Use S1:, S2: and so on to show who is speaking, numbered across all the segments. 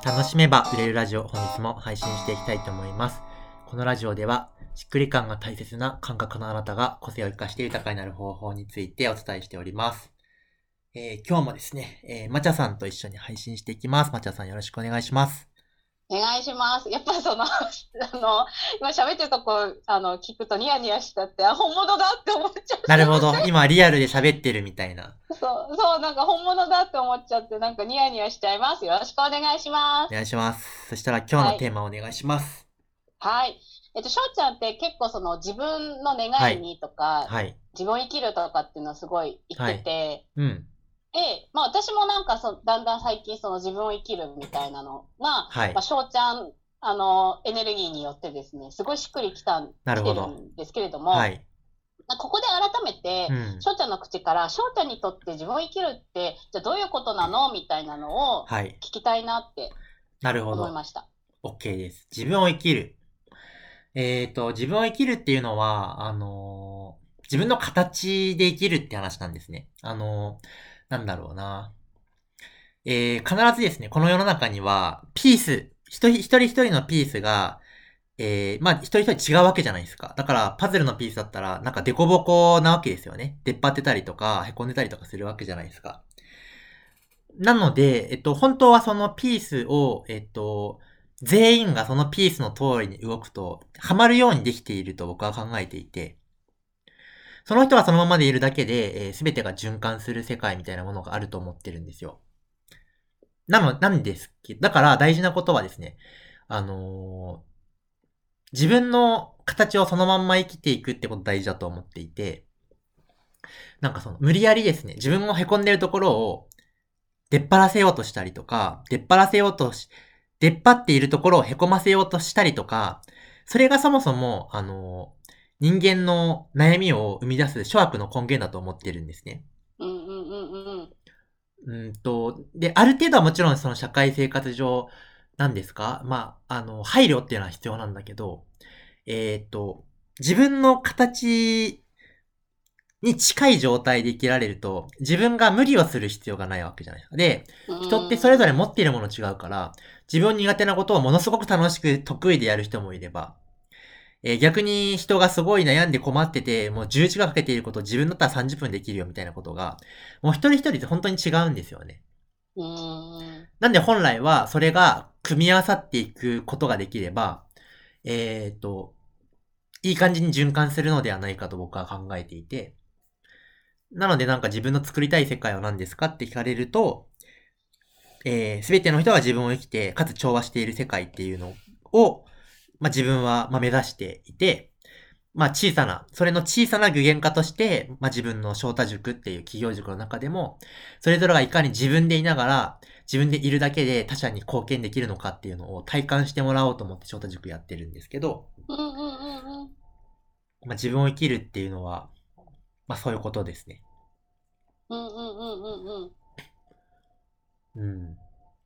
S1: 楽しめば売れるラジオ、本日も配信していきたいと思います。このラジオではしっくり感が大切な感覚のあなたが個性を生かして豊かになる方法についてお伝えしております。今日もですね、まちゃさんと一緒に配信していきます。まちゃさんよろしくお願いします。
S2: お願いします。やっぱ今喋ってるとこ、聞くとニヤニヤしちゃって、あ、本物だって思っちゃう。すいま
S1: なるほど。今リアルで喋ってるみたいな。
S2: せん。なんか本物だって思っちゃって、なんかニヤニヤしちゃいます。よろしくお願いします。
S1: お願いします。そしたら今日の
S2: はい。
S1: テーマをお願いします。
S2: はい。翔ちゃんって結構自分の願い
S1: はい。
S2: にとか、
S1: はい。
S2: 自分を生きるとかっていうのはすごい言って
S1: はい。
S2: て、
S1: うん。
S2: で、まあ私もなんかだんだん最近自分を生きるみたいなのが、
S1: はい。
S2: まあ翔ちゃん、エネルギーによってですね、すごいしっくり来てる
S1: なるほど。
S2: んですけれども、
S1: はい。
S2: ここで改めて、
S1: うん。
S2: 翔ちゃんの口から、翔ちゃんにとって自分を生きるって、じゃあどういうことなのみたいなのを
S1: はい。
S2: 聞きたいなって
S1: なるほど。
S2: 思いました。
S1: OK です。自分を生きる。自分を生きるっていうのは、自分の形で生きるって話なんですね。なんだろうな。必ずですね、この世の中には、ピース、一人のピースが、まあ、一人一人違うわけじゃないですか。だから、パズルのピースだったら、なんかデコボコなわけですよね。出っ張ってたりとか、凹んでたりとかするわけじゃないですか。なので、本当はそのピースを、全員がそのピースの通りに動くと、はまるようにできていると僕は考えていて、その人はそのままでいるだけで、すべてが循環する世界みたいなものがあると思ってるんですよ。なんですけど、だから大事なことはですね、あのー自分の形をそのまんま生きていくってこと大事だと思っていて、なんか無理やりですね、自分も凹んでるところを出っ張らせようとしたりとか、出っ張っているところを凹ませようとしたりとか、それがそもそも、人間の悩みを生み出す諸悪の根源だと思ってるんですね。
S2: うんうんうんうん。
S1: で、ある程度はもちろんその社会生活上、なんですかまあ、配慮っていうのは必要なんだけど、えーっと、自分の形に近い状態で生きられると、自分が無理をする必要がないわけじゃないですか。で、
S2: う
S1: 人ってそれぞれ持
S2: ーん。
S1: っているもの違うから、自分苦手なことをものすごく楽しく得意でやる人もいれば、逆に人がすごい悩んで困ってて、もう10時間かけていることを自分だったら30分できるよみたいなことが、もう一人一人って本当に違うんですよね。
S2: うーん。
S1: なんで本来はそれが組み合わさっていくことができれば、えっ、と、いい感じに循環するのではないかと僕は考えていて、なのでなんか自分の作りたい世界は何ですかって聞かれると、すべての人が自分を生きて、かつ調和している世界っていうのを、まあ、自分は、まあ、目指していて、まあ、それの小さな具現化として、まあ、自分の翔太塾っていう企業塾の中でも、それぞれがいかに自分でいながら、自分でいるだけで他者に貢献できるのかっていうのを体感してもらおうと思って翔太塾やってるんですけど、
S2: うんうんうんうん。
S1: まあ、自分を生きるっていうのは、まあ、そういうことですね。
S2: うんうんうんうんうん。
S1: うん。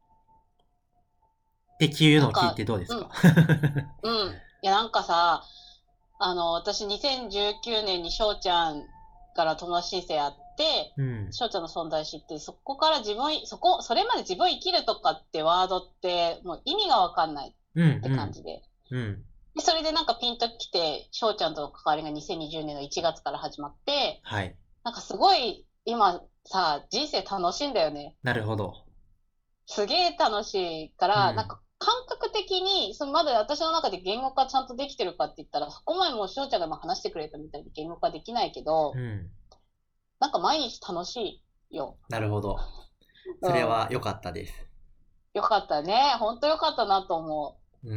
S1: っていうのを聞いて
S2: なんか、
S1: どうですか？
S2: うん、うん。いや、なんかさ、私2019年に翔ちゃんから友達申請あって、
S1: うん。
S2: 翔ちゃんの存在知って、そこからそれまで自分生きるとかってワードってもう意味がわかんない
S1: う
S2: って感
S1: ん、
S2: じで。
S1: うん、うん。
S2: で、それでなんかピンときて、翔ちゃんとの関わりが2020年の1月から始まって、
S1: はい。
S2: なんかすごい今さ、人生楽しいんだよね。
S1: なるほど。
S2: すげえ楽しいから、なん
S1: うん。
S2: か感覚的に、まだ私の中で言語化ちゃんとできてるかって言ったら、そこまでもう翔ちゃんが今話してくれたみたいに言語化できないけど、
S1: うん。
S2: なんか毎日楽しいよ。
S1: なるほど。それ
S2: うん。
S1: は良かったです。
S2: よかったね。ほんとよかったなと思
S1: うん。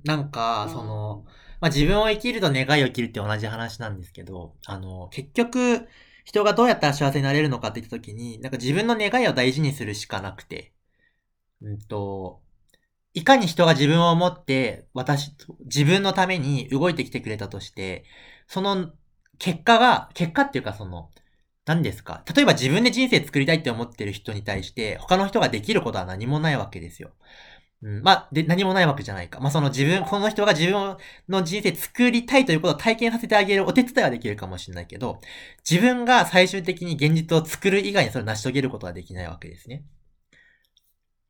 S1: なんか、
S2: う。うん。
S1: まあ、自分を生きると願いを生きるって同じ話なんですけど、結局、人がどうやったら幸せになれるのかって言った時に、なんか自分の願いを大事にするしかなくて、うんと、いかに人が自分を持って、自分のために動いてきてくれたとして、その結果っていうか何ですか？例えば自分で人生作りたいって思ってる人に対して、他の人ができることは何もないわけですよ。うん、まあ、で、何もないわけじゃないか。まあ、この人が自分の人生作りたいということを体験させてあげるお手伝いはできるかもしれないけど、自分が最終的に現実を作る以外にそれを成し遂げることはできないわけですね。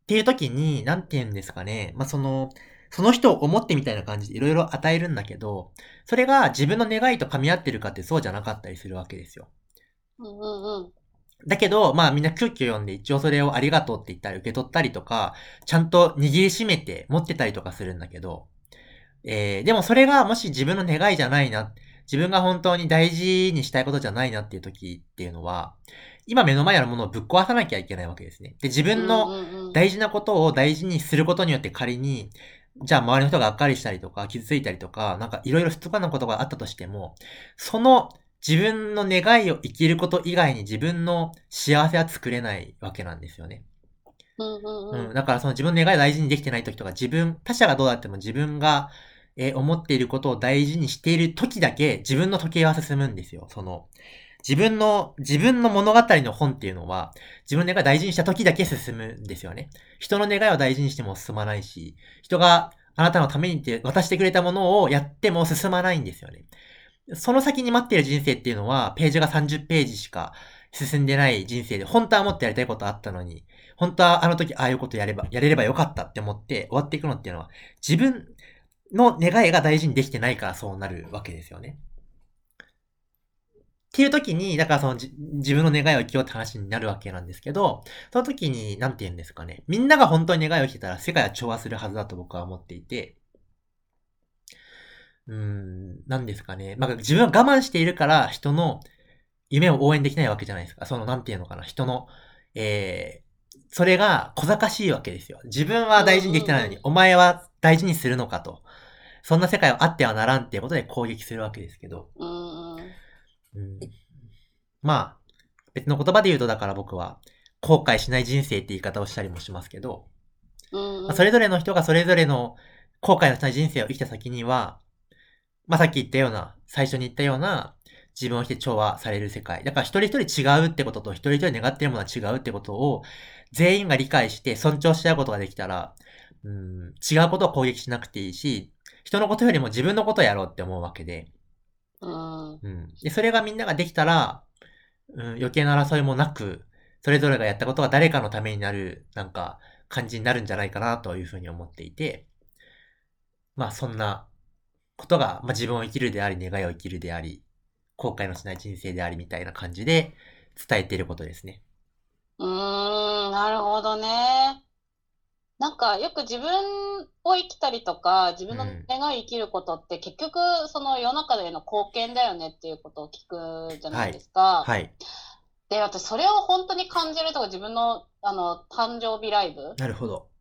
S1: ていう時に、なんて言うんですかね。その人を思ってみたいな感じでいろいろ与えるんだけど、それが自分の願いと噛み合ってるかってそうじゃなかったりするわけですよ。
S2: うんうんうん。
S1: だけど、まあみんな空気を読んで一応それをありがとうって言ったり受け取ったりとか、ちゃんと握りしめて持ってたりとかするんだけど、でもそれがもし自分の願いじゃないな、自分が本当に大事にしたいことじゃないなっていう時っていうのは、今目の前にあるものをぶっ壊さなきゃいけないわけですね。で、自
S2: うん
S1: 分の
S2: うんうん。
S1: 大事なことを大事にすることによって仮に、じゃあ周りの人ががっかりしたりとか、傷ついたりとか、なんかいろいろ不都合なことがあったとしても、その自分の願いを生きること以外に自分の幸せは作れないわけなんですよね。
S2: うんうんうん。
S1: だからその自分の願いを大事にできてない時とか、他者がどうだっても自分が、思っていることを大事にしている時だけ、自分の時計は進むんですよ。自分の物語の本っていうのは、自分の願いを大事にした時だけ進むんですよね。人の願いを大事にしても進まないし、人があなたのためにって渡してくれたものをやっても進まないんですよね。その先に待っている人生っていうのは、ページが30ページしか進んでない人生で、本当はもっとやりたいことあったのに、本当はあの時ああいうことやれればよかったって思って終わっていくのっていうのは、自分の願いが大事にできてないからそうなるわけですよね。っていう時に、だから自分の願いを生きようって話になるわけなんですけど、その時に、なんて言うんですかね。みんなが本当に願いを生きてたら世界は調和するはずだと僕は思っていて、なんですかね。まあ、自分は我慢しているから人の夢を応援できないわけじゃないですか。なんていうのかな。それが小賢しいわけですよ。自分は大事にできてないのに、お前は大事にするのかと。そんな世界はあってはならんっていうことで攻撃するわけですけど。
S2: うんうん。
S1: うん、まあ、別の言葉で言うと、だから僕は、後悔しない人生って言い方をしたりもしますけど、まあ、そ
S2: うんうん。
S1: れぞれの人がそれぞれの後悔のしない人生を生きた先には、まあ、さっき言ったような、最初に言ったような、自分をして調和される世界。だから一人一人違うってことと、一人一人願っているものは違うってことを、全員が理解して尊重し合うことができたら、違うことを攻撃しなくていいし、人のことよりも自分のことをやろうって思うわけで、
S2: うん。
S1: で、それがみんなができたら、余計な争いもなく、それぞれがやったことが誰かのためになる、なんか、感じになるんじゃないかなというふうに思っていて、まあそんなことが、まあ自分を生きるであり、願いを生きるであり、後悔のしない人生でありみたいな感じで伝えていることですね。
S2: なるほどね。なんかよく自分を生きたりとか、自分の
S1: うん。
S2: 願いを生きることって結局その世の中での貢献だよねっていうことを聞くじゃないで
S1: はい。
S2: すか。
S1: はい。
S2: で、私それを本当に感じるとか自分の誕生日ライブ、
S1: なるほど。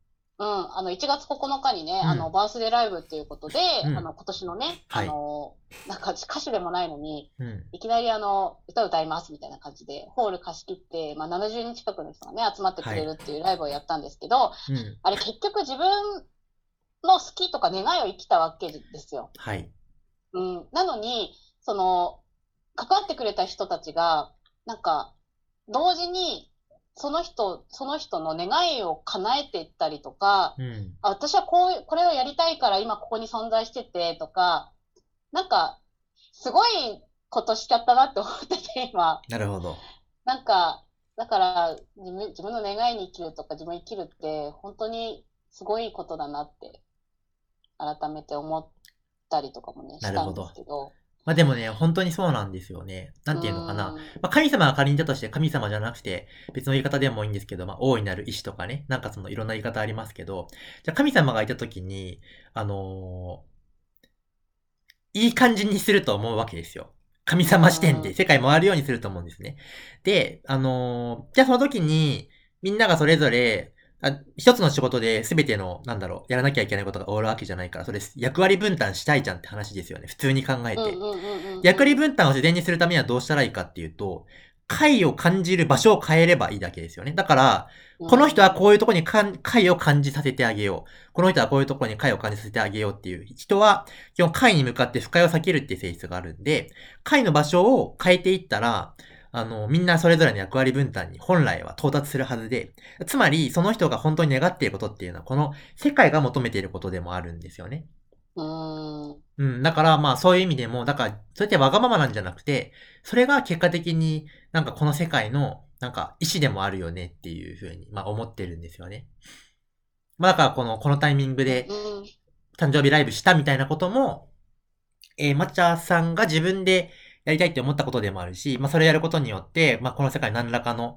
S2: 1月9日にね、
S1: うん。
S2: バースデーライブっていうことで、
S1: うん。
S2: 今年のね、
S1: はい。
S2: なんか歌手でもないのに、
S1: うん。
S2: いきなり歌歌いますみたいな感じで、ホール貸し切って、まあ、70人近くの人がね、集まってく
S1: はい。
S2: れるっていうライブをやったんですけど、
S1: うん。
S2: あれ結局自分の好きとか願いを生きたわけですよ。
S1: はい。
S2: なのに、関わってくれた人たちが、なんか、同時に、その人の願いを叶えていったりとか、
S1: うん。
S2: 私はこれをやりたいから今ここに存在しててとか、なんか、すごいことしちゃったなって思ってて、今。
S1: なるほど。
S2: なんか、だから、自分の願いに生きるとか自分に生きるって、本当にすごいことだなって、改めて思ったりとかもね、したんで
S1: なるほど。
S2: すけど。
S1: まあでもね、本当にそうなんですよね。な
S2: う
S1: んていうのかな。
S2: ーん。
S1: まあ神様が仮にいたとして神様じゃなくて、別の言い方でもいいんですけど、まあ大いなる意志とかね、なんかいろんな言い方ありますけど、じゃあ神様がいたときに、あのいい感じにすると思うわけですよ。神
S2: う
S1: 様視点
S2: ーん。
S1: で世界回るようにすると思うんですね。で、じゃあその時に、みんながそれぞれ、一つの仕事で全ての、やらなきゃいけないことが終わるわけじゃないから、それ役割分担したいじゃんって話ですよね。普通に考えて。
S2: うんうんうんうん
S1: 役
S2: うん。
S1: 割分担を自然にするためにはどうしたらいいかっていうと、快を感じる場所を変えればいいだけですよね。だから、
S2: う
S1: この人はこ
S2: ーん。
S1: ういうところに快を感じさせてあげよう。この人はこういうところに快を感じさせてあげようっていう人は、基本快に向かって不快を避けるっていう性質があるんで、快の場所を変えていったら、みんなそれぞれの役割分担に本来は到達するはずで、つまり、その人が本当に願っていることっていうのは、この世界が求めていることでもあるんですよね。
S2: うーん。
S1: だからまあそういう意味でも、だから、それってわがままなんじゃなくて、それが結果的になんかこの世界のなんか意志でもあるよねっていうふうに、まあ思ってるんですよね。 まあだからこのタイミングで
S2: うん。
S1: 誕生日ライブしたみたいなことも、抹茶さんが自分でやりたいって思ったことでもあるし、まあそれやることによって、まあこの世界何らかの、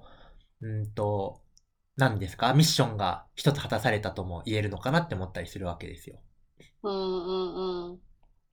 S1: 何ですかミッションが一つ果たされたとも言えるのかなって思ったりするわけですよ。
S2: うんうんうん。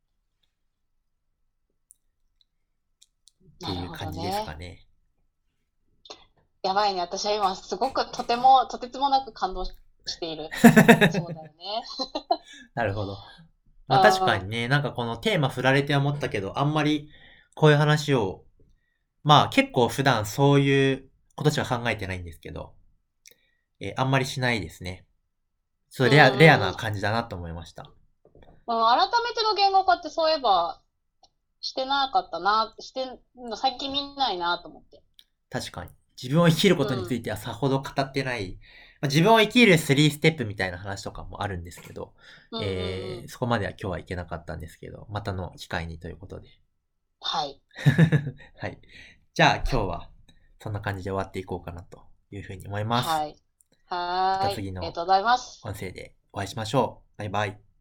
S1: って
S2: なるほ
S1: いう感じですか
S2: どね。
S1: ね。
S2: やばいね。私は今すごくとてつもなく感動している。そうだよね。
S1: なるほど。
S2: う
S1: まあ確かに
S2: ん。
S1: ね、なんかこのテーマ振られて思ったけど、あんまりこういう話を、まあ結構普段そういうことしか考えてないんですけど、あんまりしないですね。そう、
S2: うん
S1: レア
S2: うんうん。
S1: な感じだなと思いました。
S2: うん、改めての言語化ってそういえばしてなかったな、最近見ないなと思って。
S1: 確かに。自分を生きるこ
S2: うん。
S1: とについてはさほど語ってない。まあ、自分を生きる3ステップみたいな話とかもあるんですけど、
S2: うんうんうん。
S1: そこまでは今日はいけなかったんですけど、またの機会にということで。
S2: はい。
S1: はい。じゃあ今日はそんな感じで終わっていこうかなというふうに思います。
S2: はい。
S1: また
S2: はーい。
S1: 次の
S2: ありがとうございます。
S1: 音声でお会いしましょう。バイバイ。